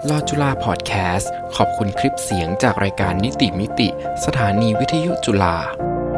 ลอจุฬาพอดแคสต์ขอบคุณคลิปเสียงจากรายการนิติมิติสถานีวิทยุจุฬา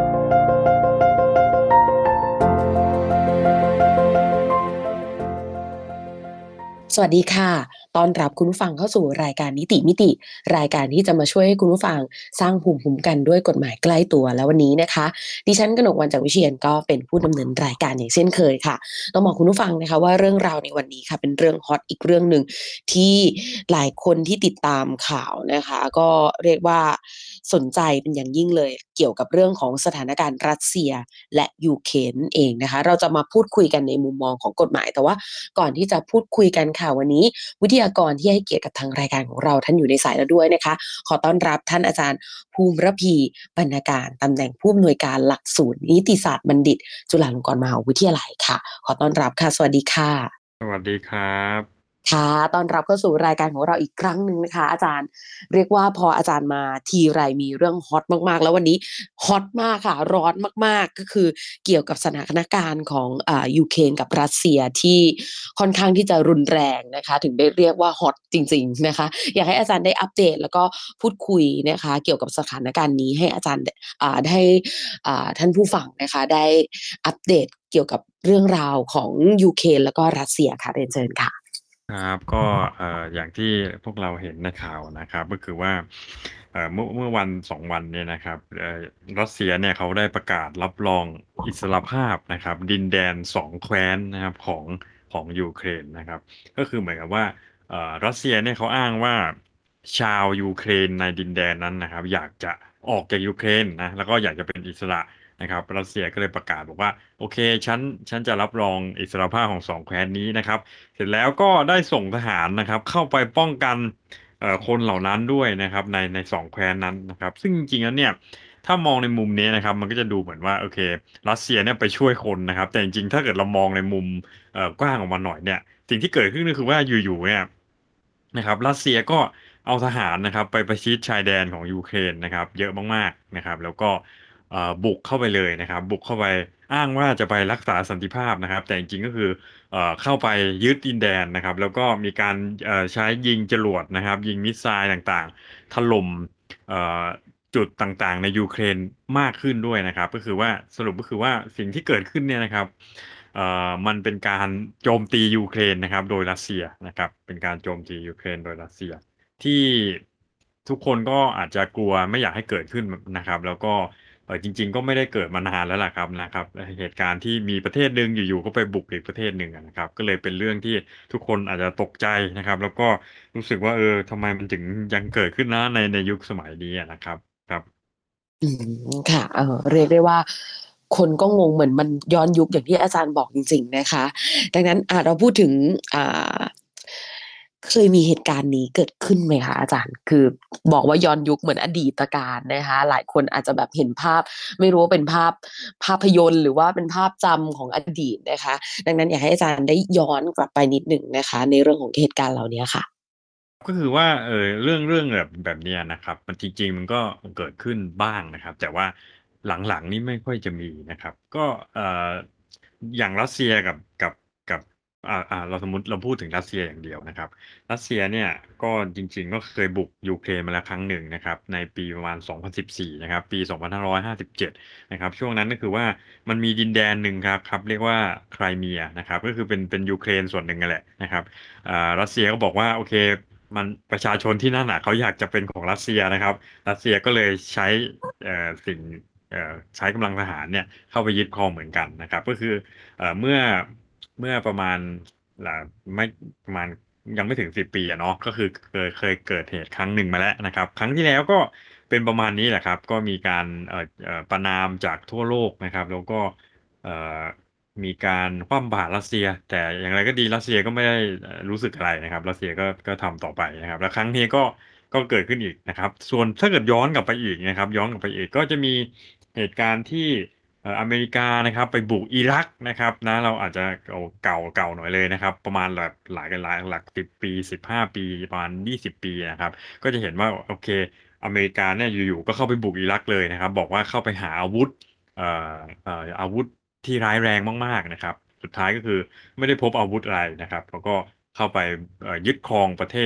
สวัสดีค่ะต้อนรับคุณผู้ฟังเข้าสู่รายการนิติมิติรายการที่จะมาช่วยให้คุณผู้ฟังสร้างภูมิคุ้มกันด้วยกฎหมายใกล้ตัวแล้ววันนี้นะคะดิฉันกนกวรรณ จากวิเชียรก็เป็นผู้ดำเนินรายการอย่างเช่นเคยค่ะต้องบอกคุณผู้ฟังนะคะว่าเรื่องราวในวันนี้ค่ะเป็นเรื่องฮอตอีกเรื่องหนึ่งที่หลายคนที่ติดตามข่าวนะคะก็เรียกว่าสนใจเป็นอย่างยิ่งเลยเกี่ยวกับเรื่องของสถานการณ์รัสเซียและยูเครนเองนะคะเราจะมาพูดคุยกันในมุมมองของกฎหมายแต่ว่าก่อนที่จะพูดคุยกันค่ะวันนี้วิทยากรที่ให้เกียรติกับทางรายการของเราท่านอยู่ในสายแล้วด้วยนะคะขอต้อนรับท่านอาจารย์ภูมิระพีบรรณการตำแหน่งผู้อำนวยการหลักสูตรนิติศาสตร์บัณฑิตจุฬาลงกรณ์มหาวิทยาลัยค่ะขอต้อนรับค่ะสวัสดีค่ะสวัสดีครับค่ะต้อนรับเข้าสู่รายการของเราอีกครั้งหนึ่งนะคะอาจารย์เรียกว่าพออาจารย์มาทีไรมีเรื่องฮอตมากๆแล้ววันนี้ฮอตมากค่ะร้อนมากๆก็คือเกี่ยวกับสถานการณ์ของยูเครนกับรัสเซียที่ค่อนข้างที่จะรุนแรงนะคะถึงได้เรียกว่าฮอตจริงๆนะคะอยากให้อาจารย์ได้อัปเดตแล้วก็พูดคุยนะคะเกี่ยวกับสถานการณ์นี้ให้อาจารย์ได้ท่านผู้ฟังนะคะได้อัปเดตเกี่ยวกับเรื่องราวของยูเครนแล้วก็รัสเซียค่ะเรียนเชิญค่ะครับก็อย่างที่พวกเราเห็นในข่าวนะครับก็คือว่าเมื่อวัน2วันเนี่ยนะครับรัสเซียเนี่ยเขาได้ประกาศรับรองอิสรภาพนะครับดินแดน2แคว้นนะครับของยูเครนนะครับก็คือเหมือนกับว่ารัสเซียเนี่ยเขาอ้างว่าชาวยูเครนในดินแดนนั้นนะครับอยากจะออกจากยูเครนนะแล้วก็อยากจะเป็นอิสระนะครับรัสเซียก็เลยประกาศบอกว่าโอเคฉันจะรับรองอิสรภาพของ2แคว้นนี้นะครับ เสร็จแล้วก็ได้ส่งทหารนะครับเข้าไปป้องกันคนเหล่านั้นด้วยนะครับในสองแคว้นนั้นนะครับซึ่งจริงๆแล้วเนี่ยถ้ามองในมุมนี้นะครับมันก็จะดูเหมือนว่าโอเครัสเซียเนี่ยไปช่วยคนนะครับแต่จริงๆถ้าเกิดเรามองในมุมกว้างออกมาหน่อยเนี่ยสิ่งที่เกิดขึ้นก็คือว่าอยู่ๆเนี่ยนะครับรัสเซียก็เอาทหารนะครับไปประชิดชายแดนของยูเครนนะครับเยอะมากๆนะครับแล้วก็บุกเข้าไปเลยนะครับบุกเข้าไปอ้างว่าจะไปรักษาสันติภาพนะครับแต่จริงๆก็คือ เข้าไปยึดดินแดนนะครับแล้วก็มีการใช้ยิงจรวดนะครับยิงมิสไซล์ต่างๆถล่มเอ่อจุดต่างๆในยูเครนมากขึ้นด้วยนะครับก็คือว่าสรุปก็คือว่าสิ่งที่เกิดขึ้นเนี่ยนะครับมันเป็นการโจมตียูเครนนะครับโดยรัสเซียนะครับเป็นการโจมตียูเครนโดยรัสเซียที่ทุกคนก็อาจจะกลัวไม่อยากให้เกิดขึ้นนะครับแล้วก็จริงๆก็ไม่ได้เกิดมานานแล้วล่ะครับนะครับเหตุการณ์ที่มีประเทศหนึ่งอยู่ๆก็ไปบุกอีกประเทศหนึ่งนะครับก็เลยเป็นเรื่องที่ทุกคนอาจจะตกใจนะครับแล้วก็รู้สึกว่าทำไมมันถึงยังเกิดขึ้นนะในยุคสมัยนี้นะครับครับอืค่ะเรียกได้ว่าคนก็งงเหมือนมันย้อนยุคอย่างที่อาจารย์บอกจริงๆนะคะดังนั้นเราพูดถึงอ่าเคยมีเหตุการณ์นี้เกิดขึ้นไหมคะอาจารย์คือบอกว่าย้อนยุคเหมือนอดีตการนะคะหลายคนอาจจะแบบเห็นภาพไม่รู้ว่าเป็นภาพยนตร์หรือว่าเป็นภาพจำของอดีตนะคะดังนั้นอยากให้อาจารย์ได้ย้อนกลับไปนิดหนึ่งนะคะในเรื่องของเหตุการณ์เหล่านี้ค่ะก็คือว่าเรื่องแบบเนี้ยนะครับมันจริงๆมันก็เกิดขึ้นบ้างนะครับแต่ว่าหลังๆนี่ไม่ค่อยจะมีนะครับก็เอ่ออย่างรัสเซียกับเราสมมุติเราพูดถึงรัสเซียอย่างเดียวนะครับรัสเซียเนี่ยก็จริงๆก็เคยบุกยูเครนมาแล้วครั้งหนึ่งนะครับในปีประมาณ2014นะครับปี2557นะครับช่วงนั้นก็คือว่ามันมีดินแดนหนึ่งครับเรียกว่าไครเมียนะครับก็คือเป็นยูเครนส่วนหนึ่งนั่นแหละนะครับ รัสเซียก็บอกว่าโอเคมันประชาชนที่นั่นน่ะเขาอยากจะเป็นของรัสเซียนะครับรัสเซียก็เลยใช้สิ่งใช้กำลังทหารเนี่ยเข้าไปยึดครองเหมือนกันนะครับก็คือเอ่อเมื่อเมื่อประมาณหลายไม่ประมาณยังไม่ถึง10 ปีอะเนาะก็คือเคยเกิดเหตุครั้งหนึ่งมาแล้วนะครับครั้งที่แล้วก็เป็นประมาณนี้แหละครับก็มีการประณามจากทั่วโลกนะครับแล้วก็เอ่อ มีการคว่ำบาตรรัสเซียแต่อย่างไรก็ดีรัสเซียก็ไม่ได้รู้สึกอะไรนะครับรัสเซียก็ทำต่อไปนะครับแล้วครั้งนี้ก็เกิดขึ้นอีกนะครับส่วนถ้าเกิดย้อนกลับไปอีกนะครับย้อนกลับไปอีกก็จะมีเหตุการณ์ที่อเมริกานะครับไปบุกอิรักนะครับนะเราอาจจะเก่าหน่อยเลยนะครับประมาณแบบหลายหลัก10 ปี15 ปีประมาณ20 ปีนะครับก็จะเห็นว่าโอเคอเมริกาเนี่ยอยู่ๆก็เข้าไปบุกอิรักเลยนะครับบอกว่าเข้าไปหาอาวุธ เอ่ออาวุธที่ร้ายแรงมากๆนะครับสุดท้ายก็คือไม่ได้พบอาวุธอะไรนะครับแล้วก็เข้าไปยึดครองประเทศ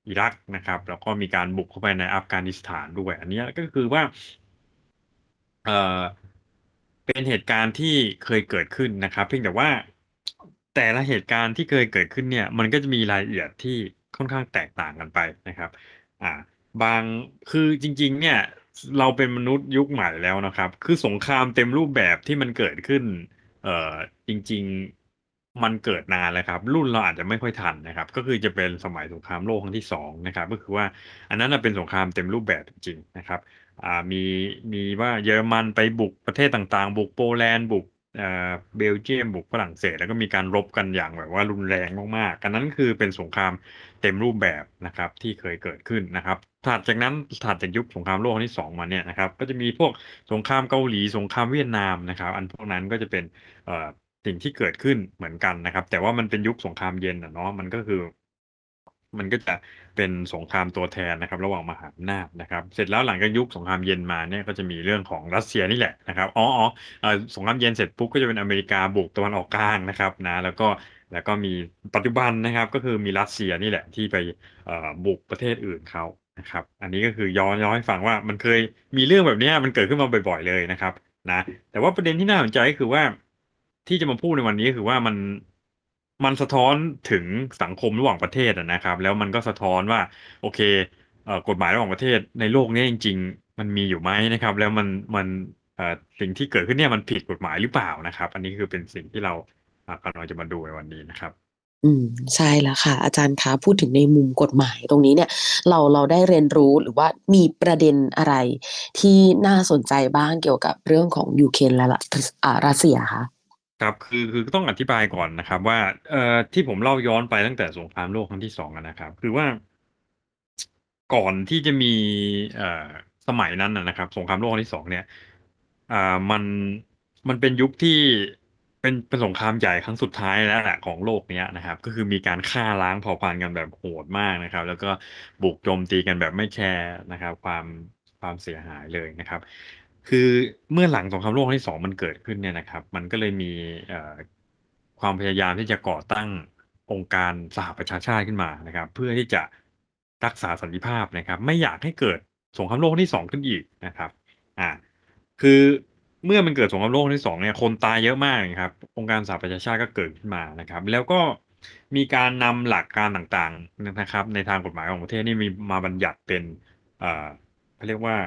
อิรักนะครับแล้วก็มีการบุกเข้าไปในอัฟกานิสถานด้วยอันนี้ก็คือว่าเอ่อเป็นเหตุการณ์ที่เคยเกิดขึ้นนะครับเพียงแต่ว่าแต่ละเหตุการณ์ที่เคยเกิดขึ้นเนี่ยมันก็จะมีรายละเอียดที่ค่อนข้างแตกต่างกันไปนะครับอ่าบางคือจริงๆเนี่ยเราเป็นมนุษย์ยุคใหม่แล้วนะครับคือสงครามเต็มรูปแบบที่มันเกิดขึ้น เอ่อจริงๆมันเกิดนานแล้วครับรุ่นเราอาจจะไม่ค่อยทันนะครับก็คือจะเป็นสมัยสงครามโลกครั้งที่สองนะครับก็คือว่าอันนั้นนะเป็นสงครามเต็มรูปแบบจริงๆนะครับมีว่าเยอรมันไปบุกประเทศต่างๆบุกโปแลนด์บุกเบลเยียมบุกฝรั่งเศสแล้วก็มีการรบกันอย่างแบบว่ารุนแรงมากๆอันนั้นคือเป็นสงครามเต็มรูปแบบนะครับที่เคยเกิดขึ้นนะครับถัดจากนั้นถัดจากยุคสงครามโลกครั้งที่สองมาเนี่ยนะครับก็จะมีพวกสงครามเกาหลีสงครามเวียดนามนะครับอันพวกนั้นก็จะเป็น เอ่อสิ่งที่เกิดขึ้นเหมือนกันนะครับแต่ว่ามันเป็นยุคสงครามเย็นอ่ะเนาะมันก็จะเป็นสงครามตัวแทนนะครับระหว่างมหาอำนาจนะครับเสร็จแล้วหลังจากยุคสงครามเย็นมาเนี่ยก็จะมีเรื่องของรัสเซียนี่แหละนะครับสงครามเย็นเสร็จปุ๊บก็จะเป็นอเมริกาบุกตะวันออกกลางนะครับนะแล้วก็มีปัจจุบันนะครับก็คือมีรัสเซียนี่แหละที่ไปบุกประเทศอื่นเขานะครับอันนี้ก็คือย้อนให้ฟังว่ามันเคยมีเรื่องแบบเนี้ยมันเกิดขึ้นมาบ่อยๆเลยนะครับ นะแต่ว่าประเด็นที่น่าสนใจก็คือว่าที่จะมาพูดในวันนี้ก็คือว่ามันสะท้อนถึงสังคมระหว่างประเทศนะครับแล้วมันก็สะท้อนว่าโอเคกฎหมายระหว่างประเทศในโลกนี้จริงๆมันมีอยู่ไหมนะครับแล้วมันสิ่งที่เกิดขึ้นเนี่ยมันผิดกฎหมายหรือเปล่านะครับอันนี้คือเป็นสิ่งที่เรากำลังจะมาดูในวันนี้นะครับอืมใช่แล้วค่ะอาจารย์คะพูดถึงในมุมกฎหมายตรงนี้เนี่ยเราได้เรียนรู้หรือว่ามีประเด็นอะไรที่น่าสนใจบ้างเกี่ยวกับเรื่องของยูเครนและรัสเซียคะครับคือต้องอธิบายก่อนนะครับว่าที่ผมเล่าย้อนไปตั้งแต่สงครามโลกครั้งที่2อะนะครับคือว่าก่อนที่จะมีเอ่อสมัยนั้นนะครับสงครามโลกครั้งที่2เนี่ยอ่ามันมันเป็นยุคที่เป็นสงครามใหญ่ครั้งสุดท้ายแล้วแหละของโลกเนี้ยนะครับก็คือมีการฆ่าล้างเผ่าพันธุ์กันแบบโหดมากนะครับแล้วก็บุกโจมตีกันแบบไม่แคร์นะครับความเสียหายเลยนะครับ คือเมื่อหลังสงครามโลกครั้งที่2มันเกิดขึ้นเนี่ยนะครับมันก็เลยมีความพยายามที่จะก่อตั้งองค์การสหประชาชาติขึ้นมานะครับเพื่อที่จะรักษาสันติภาพนะครับไม่อยากให้เกิดสงครามโลกครั้งที่2ขึ้นอีกนะครับอ่าคือเมื่อมันเกิดสงครามโลกครั้งที่2เนี่ยคนตายเยอะมากนะครับองค์การสหประชาชาติก็เกิดขึ้นมานะครับแล้วก็มีการนำหลักการต่างๆนะครับในทางกฎหมายของประเทศนี่มีมาบัญญัติเป็นเอ่อ เขาเรียกว่า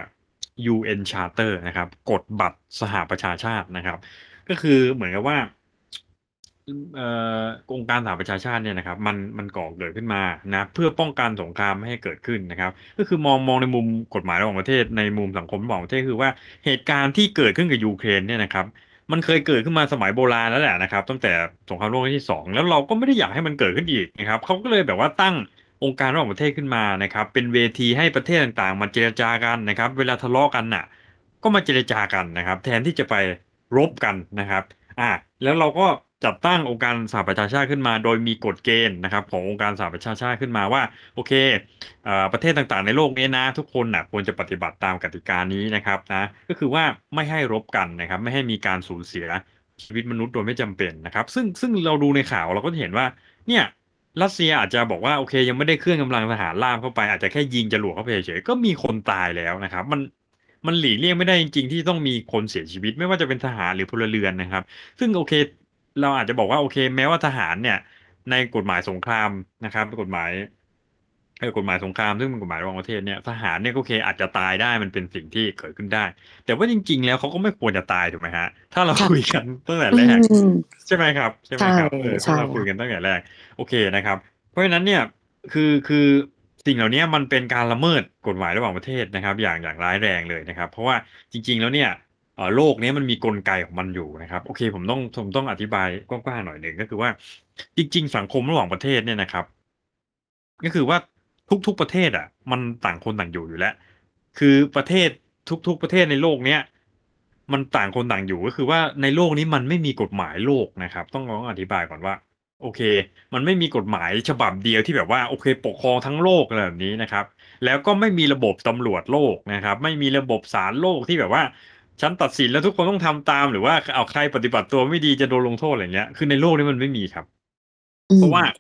UN Charter นะครับกฎบัตรสหประชาชาตินะครับก็คือเหมือนกับว่าเอ่องค์การสหประชาชาติเนี่ยนะครับมันก่อเกิดขึ้นมานะเพื่อป้องกันสงครามไม่ให้เกิดขึ้นนะครับก็คือมองในมุมกฎหมายระหว่างประเทศในมุมสังคมระหว่างประเทศคือว่าเหตุการณ์ที่เกิดขึ้นกับยูเครนเนี่ยนะครับมันเคยเกิดขึ้นมาสมัยโบราณแล้วแหละนะครับตั้งแต่สงครามโลกครั้งที่2แล้วเราก็ไม่ได้อยากให้มันเกิดขึ้นอีกนะครับเขาก็เลยแบบว่าตั้ง องค์การระหว่างประเทศขึ้นมานะครับเป็นเวทีให้ประเทศต่างๆมาเจรจากันนะครับเวลาทะเลาะกันน่ะก็มาเจรจากันนะครับแทนที่จะไปรบกันนะครับอ่าแล้วเราก็จัดตั้งองค์การสหประชาชาติขึ้นมาโดยมีกฎเกณฑ์นะครับขององค์การสหประชาชาติขึ้นมาว่าโอเคประเทศต่างๆในโลกนี้นะทุกคนนะควรจะปฏิบัติตามกติกานี้นะครับนะก็คือว่าไม่ให้รบกันนะครับไม่ให้มีการสูญเสียชีวิตมนุษย์โดยไม่จำเป็นนะครับซึ่งเราดูในข่าวเราก็จะเห็นว่าเนี่ย รัสเซียอาจจะบอกว่าโอเคยังไม่ได้เคลื่อนกำลังทหารราบเข้าไปอาจจะแค่ยิงจรวดเข้าไปเฉยๆก็มีคนตายแล้วนะครับมันหลีกเลี่ยงไม่ได้จริงๆที่ต้องมีคนเสียชีวิตไม่ว่าจะเป็นทหารหรือพลเรือนนะครับซึ่งโอเคเราอาจจะบอกว่าโอเคแม้ว่าทหารเนี่ยในกฎหมายสงครามนะครับกฎหมายสงครามซึ่งเป็นกฎหมายระหว่างประเทศเนี่ยทหารเนี่ยก็โอเคอาจจะตายได้มันเป็นสิ่งที่เกิดขึ้นได้แต่ว่าจริงๆแล้วเขาก็ไม่ควรจะตายถูกไหมฮะถ้าเราคุยค่ะกันตั้งแต่อืแรกมใช่ไหมครับใช่ไหมใช่ครับถ้าใช่เราคุยกันค่ะตั้งแต่แรก โอเคนะครับเพราะฉะนั้นเนี่ยคือสิ่งเหล่านี้มันเป็นการละเมิดกฎหมายระหว่างประเทศนะครับอย่างร้ายแรงเลยนะครับเพราะว่าจริงๆแล้วเนี่ยโลกนี้มันมีกลไกของมันอยู่นะครับโอเคผมต้องอธิบายกว้างๆหน่อยหนึ่งก็คือว่าจริงๆสังคมระหว่างประเทศเนี่ยนะครับ ก็คือว่าทุกๆประเทศอะมันต่างคนต่างอยู่แล้วคือประเทศทุกๆประเทศในโลกเนี้ยมันต่างคนต่างอยู่ก็คือว่าในโลกนี้มันไม่มีกฎหมายโลกนะครับต้องอธิบายก่อนว่าโอเคมันไม่มีกฎหมายฉบับเดียวที่แบบว่าโอเคปกครองทั้งโลกอะไรแบบนี้นะครับแล้วก็ไม่มีระบบตำรวจโลกนะครับไม่มีระบบศาลโลกที่แบบว่าฉันตัดสินแล้วทุกคนต้องทำตามหรือว่าเอาใครปฏิบัติตัวไม่ดีจะโดนลงโทษอะไรเงี้ยคือในโลกนี้มันไม่มีครับอืมเพราะว่า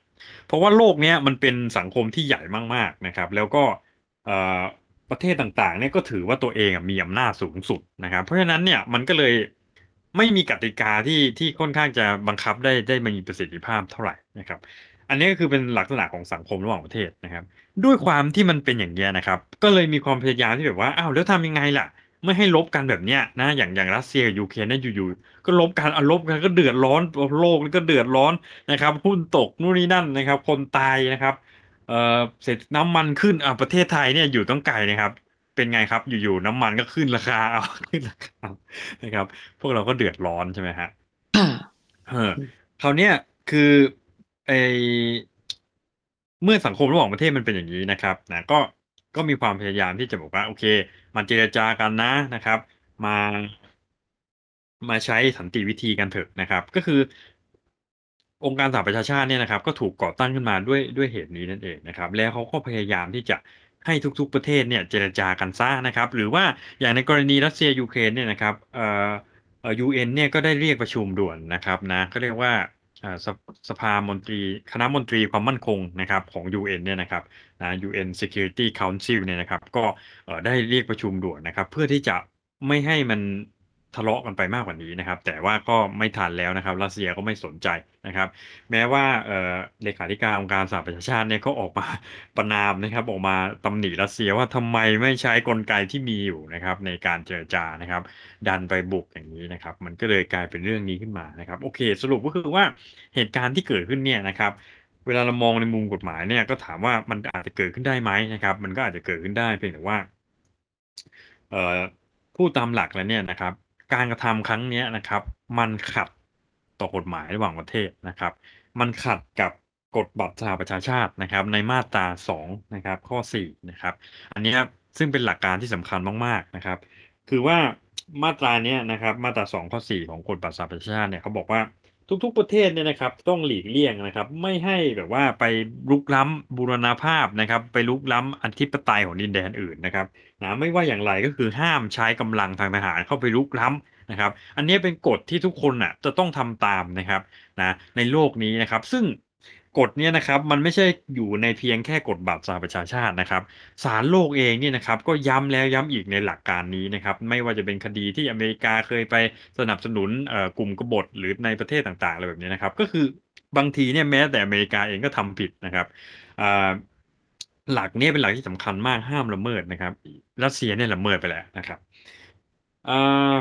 เพราะว่าโลกเนี้ยมันเป็นสังคมที่ใหญ่มากๆนะครับแล้วก็เอ่อประเทศต่างๆเนี่ยก็ถือว่าตัวเองมีอำนาจสูงสุดนะครับเพราะฉะนั้นเนี่ยมันก็เลยไม่มีกติกาที่ค่อนข้างจะบังคับได้มีประสิทธิภาพเท่าไหร่นะครับอันนี้ก็คือเป็นลักษณะของสังคมระหว่างประเทศนะครับด้วยความที่มันเป็นอย่างเงี้ยนะครับก็เลยมีความพยายามที่แบบว่าอ้าวแล้วทำยังไงล่ะไม่ให้รบกันแบบเนี้ยนะอย่างรัสเซียกับยูเครนเนี่ยอยู่ๆก็รบกันรบกันก็เดือดร้อนโลกก็เดือดร้อน นะครับหุ้นตกนู่นนี่นั่นนะครับคนตายนะครับเสร็จน้ำมันขึ้นประเทศไทยเนี่ยอยู่ต้องไกลนะครับเป็นไงครับอยู่ๆน้ำมันก็ขึ้นราคาขึ้นราคานะครับพวกเราก็เดือดร้อนใช่ไหมฮะค่ะเออคราวเนี้ยคือไอเมื่อสังคมระหว่างประเทศมันเป็นอย่างนี้นะครับนะก็มีความพยายามที่จะบอกว่าโอเคมาเจรจากันนะครับมามาใช้สันติวิธีกันเถอะนะครับก็คือ องค์การสหประชาชาติเนี่ยนะครับก็ถูกก่อตั้งขึ้นมาด้วยเหตุนี้นั่นเองนะครับแล้วเขาก็พยายามที่จะให้ทุกๆประเทศเนี่ยเจรจากันเสียนะครับหรือว่าอย่างในกรณีรัสเซียยูเครนเนี่ยนะครับUN เนี่ยก็ได้เรียกประชุมด่วนนะครับนะเขาเรียกว่าอ่าสสภามนตรีคณะมนตรีความมั่นคงนะครับของ UN เนี่ยนะครับนะ UN Security Council เนี่ยนะครับก็ได้เรียกประชุมด่วนนะครับเพื่อที่จะไม่ให้มันทะเลาะกันไปมากกว่านี้นะครับแต่ว่าก็ไม่ทันแล้วนะครับรัสเซียก็ไม่สนใจนะครับ แม้ว่าเลขาธิการองค์การสหประชาชาติเนี่ยก็ออกมาประณามนะครับออกมาตำหนิรัสเซียว่าทำไมไม่ใช้กลไกที่มีอยู่นะครับในการเจรจานะครับดันไปบุกอย่างนี้นะครับมันก็เลยกลายเป็นเรื่องนี้ขึ้นมานะครับโอเคสรุปก็คือว่าเหตุการณ์ที่เกิดขึ้นเนี่ยนะครับเวลาเรามองในมุมกฎหมายเนี่ยก็ถามว่ามันอาจจะเกิดขึ้นได้ไหมนะครับมันก็อาจจะเกิดขึ้นได้เพียงแต่ว่าเอ่อพูดตามหลักแล้วเนี่ยนะครับการกระทำครั้งเนี้ยนะครับมันขัดต่อกฎหมายระหว่างประเทศนะครับ มันขัดกับกฎบัตรสหประชาชาตินะครับในมาตรา2นะครับข้อ4นะครับอันเนี้ยซึ่งเป็นหลักการที่สำคัญมากๆนะครับคือว่ามาตราเนี้ยนะครับมาตรา2ข้อ4ของกฎบัตรสหประชาชาติเนี่ยเขาบอกว่าทุกๆประเทศเนี่ยนะครับต้องหลีกเลี่ยงนะครับไม่ให้แบบว่าไปรุกล้ำบูรณาภาพนะครับไปรุกล้ำอธิปไตยของดินแดนอื่นนะครับนะไม่ว่าอย่างไรก็คือห้ามใช้กำลังทางทหารเข้าไปรุกล้ำนะครับอันนี้เป็นกฎที่ทุกคนน่ะจะต้องทำตามนะครับ นะในโลกนี้นะครับซึ่งกฎเนี้ยนะครับมันไม่ใช่อยู่ในเพียงแค่กฎบัตรสหประชาชาตินะครับศาลโลกเองเนี่ยนะครับก็ย้ำแล้วย้ำอีกในหลักการนี้นะครับไม่ว่าจะเป็นคดีที่อเมริกาเคยไปสนับสนุนกลุ่มกบฏหรือในประเทศต่างๆอะไรแบบนี้นะครับก็คือบางทีเนี่ยแม้แต่อเมริกาเองก็ทำผิดนะครับอ่าหลักเนี้ยเป็นหลักที่สำคัญมากห้ามละเมิดนะครับรัสเซียเนี่ยละเมิดไปแล้วนะครับอ่า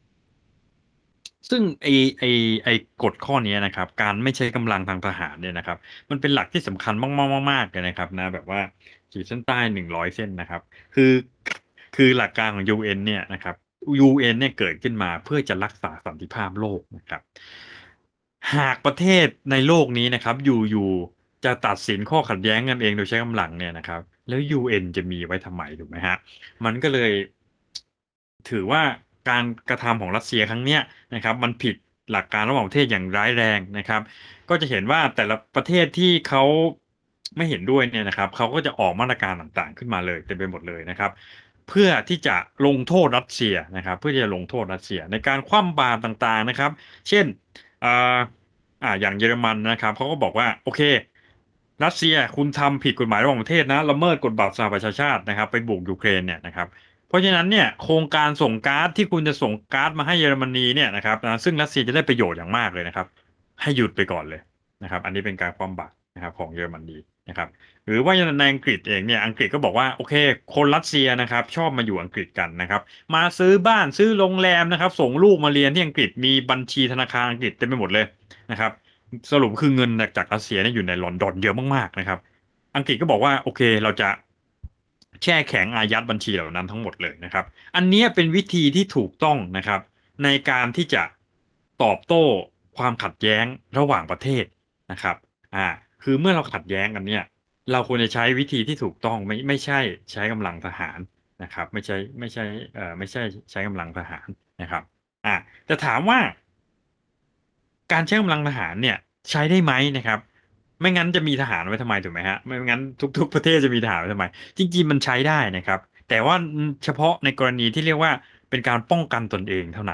ซึ่งไอ้ไอ้กฎข้อเนี้ยนะครับการไม่ใช้กำลังทางทหารเนี่ยนะครับมันเป็นหลักที่สำคัญมากๆๆๆเลยนะครับนะแบบว่าขีดเส้นใต้100เส้นนะครับคือคือหลักการของ UN เนี่ยนะครับ UN เนี่ยเกิดขึ้นมาเพื่อจะรักษาสันติภาพโลกนะครับหากประเทศในโลกนี้นะครับอยู่ๆจะตัดสินข้อขัดแย้งกันเองโดยใช้กำลังเนี่ยนะครับแล้ว UN จะมีไว้ทำไมถูกไหมครับมันก็เลยถือว่าการกระทำของรัสเซียครั้งเนี้ย นะครับมันผิดหลักการระหว่างประเทศอย่างร้ายแรงนะครับก็จะเห็นว่าแต่ละประเทศที่เขาไม่เห็นด้วยเนี่ยนะครับเขาก็จะออกมาตรการต่างๆขึ้นมาเลยเต็มไปหมดเลยนะครับเพื่อที่จะลงโทษรัสเซียนะครับเพื่อที่จะลงโทษรัสเซียในการคว่ำบาตรต่างๆนะครับเช่นอ่าอย่างเยอรมันนะครับเขาก็บอกว่าโอเครัสเซียคุณทำผิดกฎหมายระหว่างประเทศนะละเมิดกฎบัตรสหประชาชาตินะครับไปบุกยูเครนเนี่ยนะครับ เพราะฉะนั้นเนี่ยโครงการส่งก๊าซที่คุณจะส่งก๊าซมาให้เยอรมนีเนี่ยนะครับซึ่งรัสเซียจะได้ประโยชน์อย่างมากเลยนะครับให้หยุดไปก่อนเลยนะครับอันนี้เป็นการคว่ำบาตรนะครับของเยอรมนีนะครับหรือว่าในอังกฤษเองเนี่ยอังกฤษก็บอกว่าโอเคคนรัสเซียนะครับชอบมาอยู่อังกฤษกันนะครับมาซื้อบ้านซื้อโรงแรมนะครับส่งลูกมาเรียนที่อังกฤษมีบัญชีธนาคารอังกฤษเต็มไปหมดเลยนะครับสรุปคือเงินจากรัสเซียเนี่ยอยู่ในลอนดอนเยอะมากๆนะครับ อังกฤษก็บอกว่าโอเคเราจะแช่แข็งอายัดบัญชีเหล่านั้นทั้งหมดเลยนะครับอันเนี้ยเป็นวิธีที่ถูกต้องนะครับในการที่จะตอบโต้ความขัดแย้งระหว่างประเทศนะครับอ่าคือเมื่อเราขัดแย้งกันเนี่ยเราควรจะใช้วิธีที่ถูกต้องไม่ใช่ใช้กำลังทหารนะครับไม่ใช่ใช้กำลังทหารนะครับอ่าแต่ถามว่าการใช้กำลังทหารเนี่ยใช้ได้ไหมนะครับ ไม่งั้นจะมีทหารไว้ทำไมถูกไหมฮะไม่งั้นทุกๆประเทศจะมีทหารไว้ทำไมจริงๆมันใช้ได้นะครับแต่ว่าเฉพาะในกรณีที่เรียกว่าเป็นการป้องกันตนเองเท่านั้น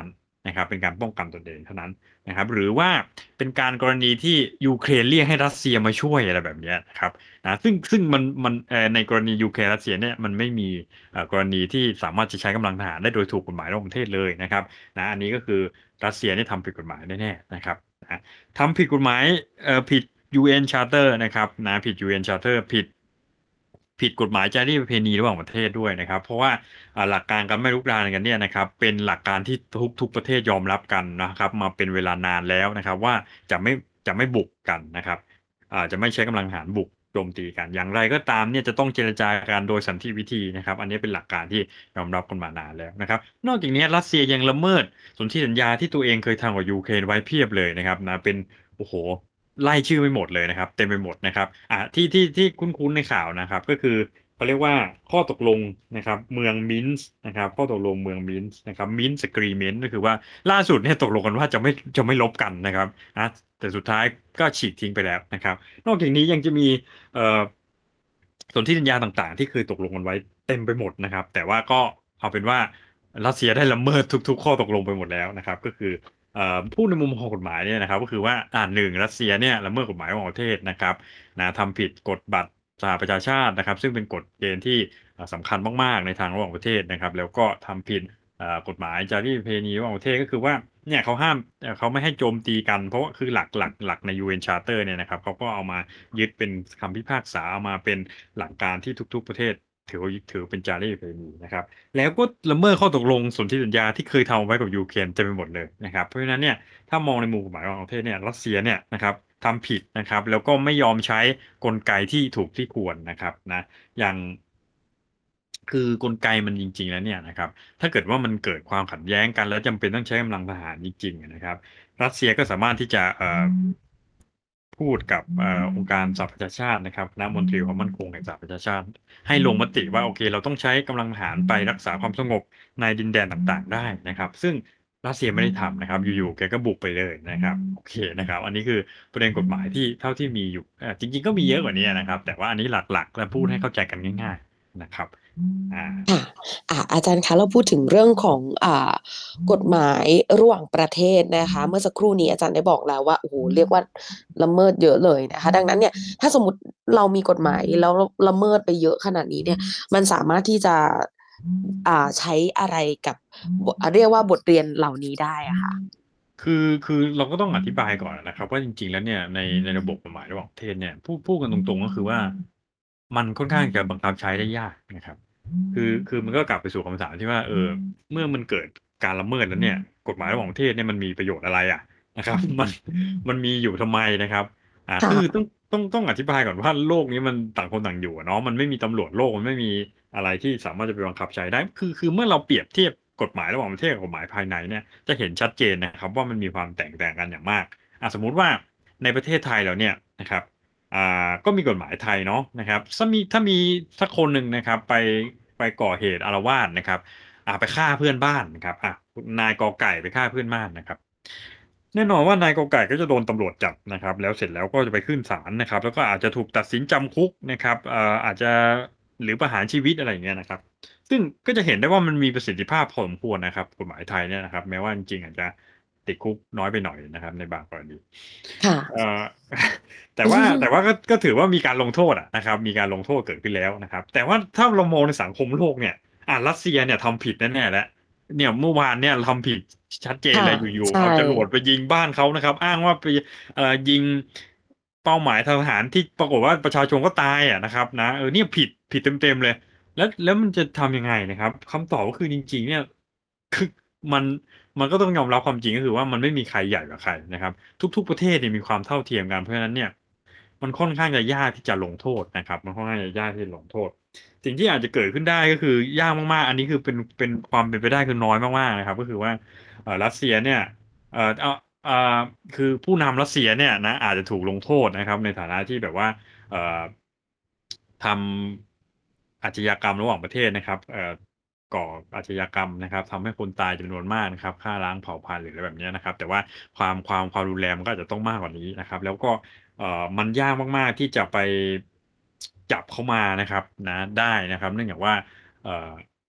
นะครับเป็นการป้องกันตนเองเท่านั้นนะครับหรือว่าเป็นการกรณีที่ยูเครนเรียกให้รัสเซียมาช่วยอะไรแบบเนี้ยนะครับนะซึ่งมันในกรณียูเครนรัสเซียเนี่ยมันไม่มีกรณีที่สามารถจะใช้กำลังทหารได้โดยถูกกฎหมายระหว่างประเทศเลยนะครับนะอันนี้ก็คือรัสเซียเนี่ยทำผิดกฎหมายแน่ๆนะครับนะทำผิดกฎหมายผิด UN Charter นะครับนะผิด UN Charter ผิดกฎหมายจารีตประเพณีระหว่างประเทศด้วยนะครับเพราะว่าหลักการการไม่รุกรานกันเนี่ยนะครับเป็นหลักการที่ทุกประเทศยอมรับกันนะครับมาเป็นเวลานานแล้วนะครับว่าจะไม่จะไม่บุกกันนะครับจะไม่ใช้กำลังทหารบุกโจมตีกันอย่างไรก็ตามเนี่ยจะต้องเจรจากันโดยสันติวิธีนะครับอันนี้เป็นหลักการที่ยอมรับกันมานานแล้วนะครับนอกจากนี้รัสเซียยังละเมิดสนธิสัญญาที่ตัวเองเคยทำกับยูเครนไว้เพียบเลยนะครับนะเป็นโอ้โห ไล่ชื่อไม่หมดเลยนะครับเต็มไปหมดนะครับที่คุ้นๆในข่าวนะครับก็คือเขาเรียกว่าข้อตกลงนะครับเมืองมินส์นะครับข้อตกลงเมืองมินส์นะครับมินส์ Agreement ก็คือว่าล่าสุดเนี่ยตกลงกันว่าจะไม่ลบกันนะครับนะแต่สุดท้ายก็ฉีกทิ้งไปแล้วนะครับนอกจากนี้ยังจะมีเอ่อสนธิสัญญาต่างๆที่เคยตกลงกันไว้เต็มไปหมดนะครับแต่ว่าก็เอาเป็นว่ารัสเซียได้ละเมิดทุกๆข้อตกลงไปหมดแล้วนะครับก็คือ พูดในมุมของกฎหมายเนี่ยนะครับก็คือว่าหนึ่งรัสเซียเนี่ยละเมิดกฎหมายของประเทศนะครับนะทำผิดกฎบัตรสหประชาชาตินะครับซึ่งเป็นกฎเกณฑ์ที่สำคัญมากๆในทางระหว่างประเทศนะครับแล้วก็ทำผิดกฎหมายจารีตประเพณีระหว่างประเทศก็คือว่าเนี่ยเขาห้ามเขาไม่ให้โจมตีกันเพราะว่าคือหลักใน UN Charter เนี่ยนะครับเขาก็เอามายึดเป็นคำพิพากษาเอามาเป็นหลักการที่ทุกๆประเทศถือเป็นจารีตประเพณีนะครับ แล้วก็ละเมิดข้อตกลงสนธิสัญญาที่เคยทำไว้กับยูเครนเต็มไปหมดเลยนะครับเพราะฉะนั้นเนี่ยถ้ามองในมุมกฎหมายระหว่างประเทศเนี่ยรัสเซียเนี่ยนะครับทำผิดนะครับแล้วก็ไม่ยอมใช้กลไกที่ถูกที่ควรนะครับนะอย่างคือกลไกมันจริงๆแล้วเนี่ยนะครับถ้าเกิดว่ามันเกิดความขัดแย้งกันแล้วจำเป็นต้องใช้กำลังทหารจริงๆนะครับรัสเซียก็สามารถที่จะพูดกับองค์การสหประชาชาตินะครับคณะมนตรีความมั่นคงแห่งสหประชาชาติให้ลงมติว่าโอเคเราต้องใช้กำลังทหารไปรักษาความสงบในดินแดนต่างๆได้นะครับซึ่งรัสเซียไม่ได้ทำนะครับอยู่ๆแกก็บุกไปเลยนะครับโอเคนะครับอันนี้คือประเด็นกฎหมายที่เท่าที่มีอยู่จริงๆก็มีเยอะกว่านี้นะครับแต่ว่าอันนี้หลักๆและพูดให้เข้าใจกันง่ายๆนะครับอ่าค่ะอาจารย์คะเราพูดถึงเรื่องของกฎหมายระหว่างประเทศนะคะเมื่อสักครู่นี้อาจารย์ได้บอกแล้วว่าโอ้โหเรียกว่าละเมิดเยอะเลยนะคะดังนั้นเนี่ยถ้าสมมติเรามีกฎหมายแล้วละเมิดไปเยอะขนาดนี้เนี่ยมันสามารถที่จะใช้อะไรกับเรียกว่าบทเรียนเหล่านี้ได้อะค่ะคือเราก็ต้องอธิบายก่อนนะครับว่าจริงๆแล้วเนี่ยในระบบกฎหมายระหว่างประเทศเนี่ยพูดกันตรงๆก็คือว่ามันค่อนข้างจะบังคับใช้ได้ยากนะครับคือมันก็กลับไปสู่คำถามที่ว่าเมื่อมันเกิดการละเมิดแล้วเนี่ยกฎหมายระหว่างประเทศเนี่ยมันมีประโยชน์อะไรอะนะครับมันมีอยู่ทำไมนะครับคือค่ะต้องอธิบายก่อนว่าโลกนี้มันต่างคนต่างอยู่อะเนาะมันไม่มีตำรวจโลกมันไม่มีอะไรที่สามารถจะไปบังคับใช้ได้คือเมื่อเราเปรียบเทียบกฎหมายระหว่างประเทศกับกฎหมายภายในเนี่ย จะเห็นชัดเจนนะครับว่ามันมีความแตกต่างกันอย่างมากสมมุติว่าในประเทศไทยเราเนี่ยนะครับก็มีกฎหมายไทยเนาะนะครับถ้ามีสักคนหนึ่งนะครับไปก่อเหตุอาละวาดนะครับไปฆ่าเพื่อนบ้านนะครับนายกอไก่ไปฆ่าเพื่อนบ้านนะครับแน่นอนว่านายกอไก่ก็จะโดนตำรวจจับนะครับแล้วเสร็จแล้วก็จะไปขึ้นศาลนะครับแล้วก็อาจจะถูกตัดสินจำคุกนะครับอาจจะหรือประหารชีวิตอะไรอย่างเงี้ยนะครับ ซึ่งก็จะเห็นได้ว่ามันมีประสิทธิภาพพอสมควรนะครับกฎหมายไทยเนี่ยนะครับแม้ว่าจริงๆอาจจะติดคุกน้อยไปหน่อยนะครับในบางกรณีค่ะเอ่อแต่ว่าก็ถือว่ามีการลงโทษอะนะครับมีการลงโทษเกิดขึ้นแล้วนะครับแต่ว่าถ้าเรามองในสังคมโลกเนี่ยรัสเซียเนี่ยทำผิดแน่ๆแล้วเนี่ยเมื่อวานเนี่ยทำผิดชัดเจนค่ะเลยอยู่ๆใช่เอาจรวดไปยิงบ้านเขานะครับอ้างว่าไปยิงเป้าหมายทางทหารที่ปรากฏว่าประชาชนก็ตายอะนะครับนะเนี่ยผิดเต็มๆเลย แล้วมันจะทำยังไงนะครับคำตอบก็คือจริงๆเนี่ยคือมันมันก็ต้องยอมรับความจริงก็คือว่ามันไม่มีใครใหญ่กว่าใครนะครับทุกๆประเทศเนี่ยมีความเท่าเทียมกันเพราะฉะนั้นเนี่ยมันค่อนข้างจะยากที่จะลงโทษนะครับมันค่อนข้างจะยากที่จะลงโทษสิ่งที่อาจจะเกิดขึ้นได้ก็คือยากมากๆอันนี้คือเป็นความเป็นไปได้คือน้อยมากๆนะครับก็คือว่ารัสเซียเนี่ยเอ่อเอาอ่าคือผู้นำรัสเซียเนี่ยนะอาจจะถูกลงโทษนะครับในฐานะที่แบบว่าเอ่อทำอาชญากรรมระหว่างประเทศนะครับก่ออาชญากรรมนะครับทำให้คนตายจำนวนมากนะครับฆ่าล้างเผ่าพันธุ์หรืออะไรแบบเนี้ยนะครับแต่ว่าความรุนแรงมันก็อาจจะต้องมากกว่านี้นะครับแล้วก็มันยากมากๆที่จะไปจับเขามานะครับนะได้นะครับเนื่องจากว่าเอ่อ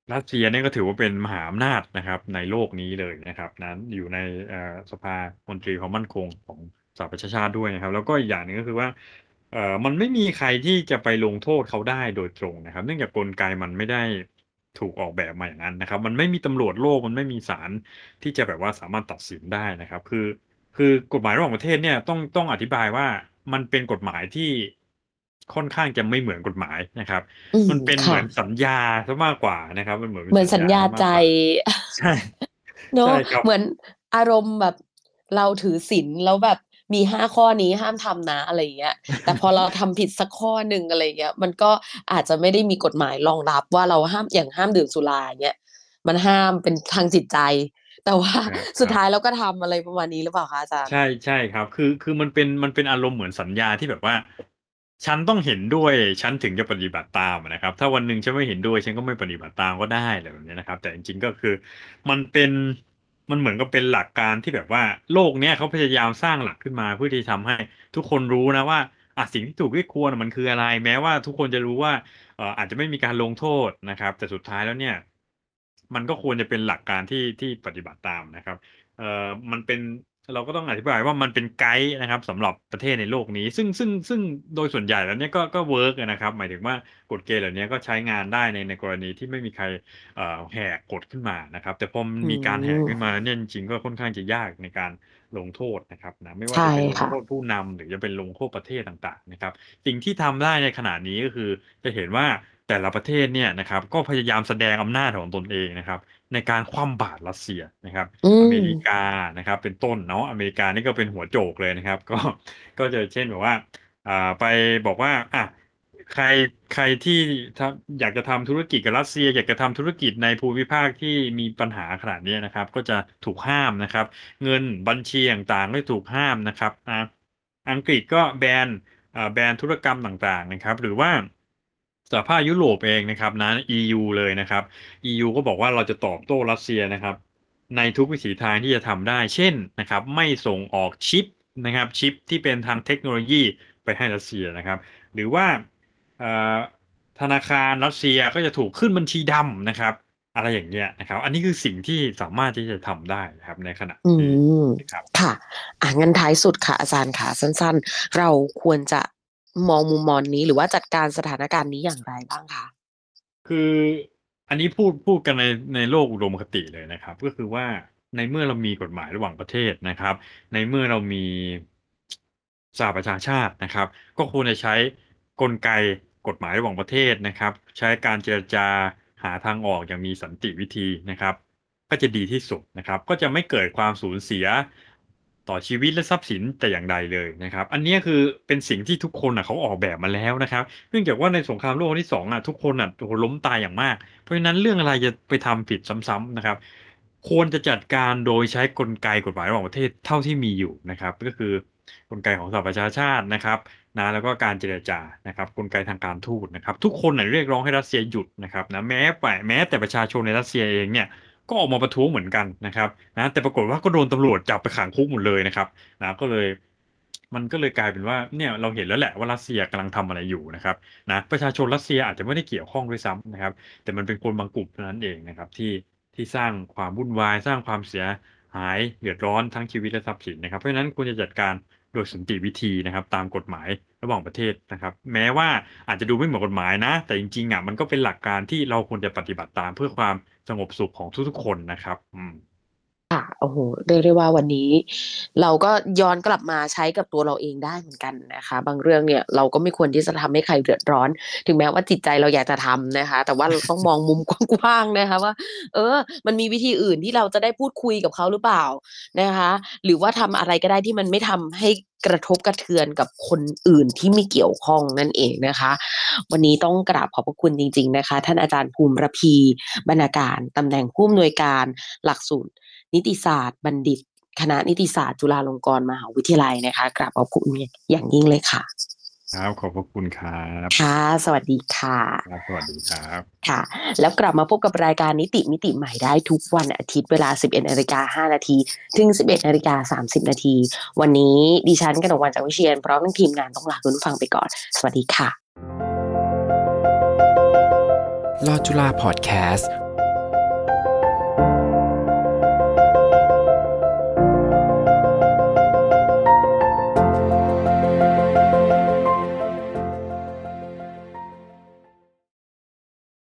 รัสเซียเนี่ยก็ถือว่าเป็นมหาอำนาจนะครับในโลกนี้เลยนะครับนั้นอยู่ในสภามนตรีความมั่นคงของสหประชาชาติด้วยนะครับแล้วก็อีกอย่างหนึ่งก็คือว่ามันไม่มีใครที่จะไปลงโทษเขาได้โดยตรงนะครับเนื่องจากกลไกมันไม่ได้ถูกออกแบบมาอย่างนั้นนะครับมันไม่มีตำรวจโลกมันไม่มีศาลที่จะแบบว่าสามารถตัดสินได้นะครับคือกฎหมายระหว่างประเทศเนี่ยต้องอธิบายว่ามันเป็นกฎหมายที่ค่อนข้างจะไม่เหมือนกฎหมายนะครับอืมมันเป็นเหมืค่ะอนสัญญาเสียมากกว่านะครับมันเหมือนเป็เหมือนสัญนสัญญาญาใจเสียมากกว่าใช่ใช่เนาะครับเหมือนอารมณ์แบบเราถือศีลแล้วแบบมี5 ข้อนี้ห้ามทำนะอะไรอย่างเงี้ยแต่พอเราทำผิดสักข้อหนึ่งอะไรอย่างเงี้ยมันก็อาจจะไม่ได้มีกฎหมายรองรับว่าเราห้ามอย่างห้ามดื่มสุราอย่างเงี้ยมันห้ามเป็นทางจิตใจแต่ว่าครับสุครับดท้ายเราก็ทำอะไรประมาณนี้หรือเปล่าคะอาจารย์ใช่ใช่ครับคือมันเป็นอารมณ์เหมือนสัญญาที่แบบว่าฉันต้องเห็นด้วยฉันถึงจะปฏิบัติตามอะนะครับถ้าวันหนึ่งฉันไม่เห็นด้วยฉันก็ไม่ปฏิบัติตามก็ได้อะไรแบบนี้นะครับแต่จริงๆก็คือมันเป็นมันเหมือนกับเป็นหลักการที่แบบว่าโลกเนี้ยเขาพยายามสร้างหลักขึ้นมาเพื่อที่ทำให้ทุกคนรู้นะว่าสิ่งที่ถูกที่ควรมันคืออะไรแม้ว่าทุกคนจะรู้ว่าอาจจะไม่มีการลงโทษนะครับแต่สุดท้ายแล้วเนี่ยมันก็ควรจะเป็นหลักการที่ปฏิบัติตามนะครับ มันเป็นเราก็ต้องอธิบายว่ามันเป็นไกด์นะครับสำหรับประเทศในโลกนี้ซึ่งโดยส่วนใหญ่แล้วเนี่ยก็เวิร์กนะครับหมายถึงว่ากฎเกณฑ์เหล่านี้ก็ใช้งานได้ในกรณีที่ไม่มีใครแหกกฎขึ้นมานะครับแต่พอมันอืมีการแหกขึ้นมมาเนี่ยจริงๆก็ค่อนข้างจะยากในการลงโทษนะครับนะไม่ว่าใช่จะเป็นลงค่ะโทษผู้นำหรือจะเป็นลงโทษประเทศต่างๆนะครับสิ่งที่ทำได้ในขณะนี้ก็คือจะเห็นว่าแต่ละประเทศเนี่ยนะครับก็พยายามแสดงอำนาจของตนเองนะครับในการคว่ำบาตรรัสเซียนะครับอือเมมริกานะครับเป็นต้นเนาะอเมริกานี่ก็เป็นหัวโจกเลยนะครับก็จะเช่นแบบว่าไปบอกว่าใครใครที่อยากจะทำธุรกิจกับรัสเซียอยากจะทำธุรกิจในภูมิภาคที่มีปัญหาขนาดนี้นะครับก็จะถูกห้ามนะครับเงินบัญชีต่างๆก็ถูกห้ามนะครับอังกฤษก็แบนธุรกรรมต่างๆนะครับหรือว่าสหภาพยุโรปเองนะครับนะ EU เลยนะครับ EU ก็บอกว่าเราจะตอบโต้รัสเซียนะครับ ในทุกวิถีทางที่จะทำได้ เช่นนะครับไม่ส่งออกชิปนะครับชิปที่เป็นทางเทคโนโลยีไปให้รัสเซียนะครับหรือว่าเอ่อธนาคารรัสเซียก็จะถูกขึ้นบัญชีดำนะครับอะไรอย่างเงี้ยนะครับอันนี้คือสิ่งที่สามารถที่จะทำได้นะครับในขณะอืที่มนะครับค่ะงั้นท้ายสุดค่ะอาจารย์ค่ะสั้นๆเราควรจะมองมุมมองนี้หรือว่าจัดการสถานการณ์นี้อย่างไรบ้างคะคืออันนี้พูดกันในโลกอุดมคติเลยนะครับก็คือว่าในเมื่อเรามีกฎหมายระหว่างประเทศนะครับในเมื่อเรามีสหประชาชาตินะครับก็ควรจะใช้กลไกกฎหมายระหว่างประเทศนะครับใช้การเจรจาหาทางออกอย่างมีสันติวิธีนะครับก็จะดีที่สุดนะครับก็จะไม่เกิดความสูญเสียต่อชีวิตและทรัพย์สินแต่อย่างใดเลยนะครับอันเนี้ยคือเป็นสิ่งที่ทุกคนเขาออกแบบมาแล้วนะครับ เนื่องจากว่าในสงครามโลกครั้งที่2ทุกคนโอ้โฮล้มตายอย่างมากเพราะฉะนั้นเรื่องอะไรจะไปทำผิดซ้ำๆนะครับควรจะจัดการโดยใช้กลไกกฎหมายระหว่างประเทศเท่าที่มีอยู่นะครับก็คือกลไกของสหประชาชาตินะครับนะแล้วก็การเจรจานะครับกลไกทางการทูตนะครับทุกคนเรียกร้องให้รัสเซียหยุดนะครับนะแม้แต่ประชาชนในรัสเซียเองเนี่ยก็ออกมาประท้วงเหมือนกันนะครับนะแต่ปรากฏว่าก็โดนตำรวจจับไปขังคุกหมดเลยนะครับนะมันก็เลยกลายเป็นว่าเนี่ยเราเห็นแล้วแหละว่ารัสเซียกำลังทำอะไรอยู่นะครับ นะประชาชนรัสเซียอาจจะไม่ได้เกี่ยวข้องด้วยซ้ำนะครับแต่มันเป็นคนบางกลุ่มเท่านั้นเองนะครับที่สร้างความวุ่นวายสร้างความเสียหายเดือดร้อนทั้งชีวิตและทรัพย์สินนะครับเพราะฉะนั้นควรจะจัดการโดยสันติวิธีนะครับตามกฎหมายระหว่างประเทศนะครับแม้ว่าอาจจะดูไม่เหมือนกฎหมายนะแต่จริงๆมันก็เป็นหลักการที่เราควรจะปฏิบัติตามเพื่อความสงบสุขของทุกๆคนนะครับค่ะโอ้โหเรียกได้ว่าวันนี้เราก็ย้อนกลับมาใช้กับตัวเราเองได้เหมือนกันนะคะบางเรื่องเนี่ยเราก็ไม่ควรที่จะทำให้ใครเดือดร้อนถึงแม้ว่าจิตใจเราอยากจะทำนะคะแต่ว่าเราต้องมองมุมกว้างๆนะคะว่ามันมีวิธีอื่นที่เราจะได้พูดคุยกับเขาหรือเปล่านะคะหรือว่าทำอะไรก็ได้ที่มันไม่ทำให้กระทบกระเทือนกับคนอื่นที่ไม่เกี่ยวข้องนั่นเองนะคะวันนี้ต้องกราบขอบพระคุณจริงๆนะคะท่านอาจารย์ภูมิระพีบรรณาการตำแหน่งผู้อำนวยการหลักสูตรนิติศาสตร์บัณฑิตคณะนิติศาสตร์จุฬาลงกรณ์มหาวิทยาลัยนะคะกราบขอบคุณอย่างยิ่งเลยค่ะครับขอบพระคุณครับค่ะสวัสดีค่ะครับสวัสดีครับค่ะแล้วกลับมาพบกับรายการนิติมิติใหม่ได้ทุกวันอาทิตย์เวลา 11:05 นถึง 11:30 นวันนี้ดิฉันกนกวรรณ จากวิเชียรพร้อมทั้งทีมงานต้องลาคุณผู้ฟังไปก่อนสวัสดีค่ะลอจุฬาพอดแคสต์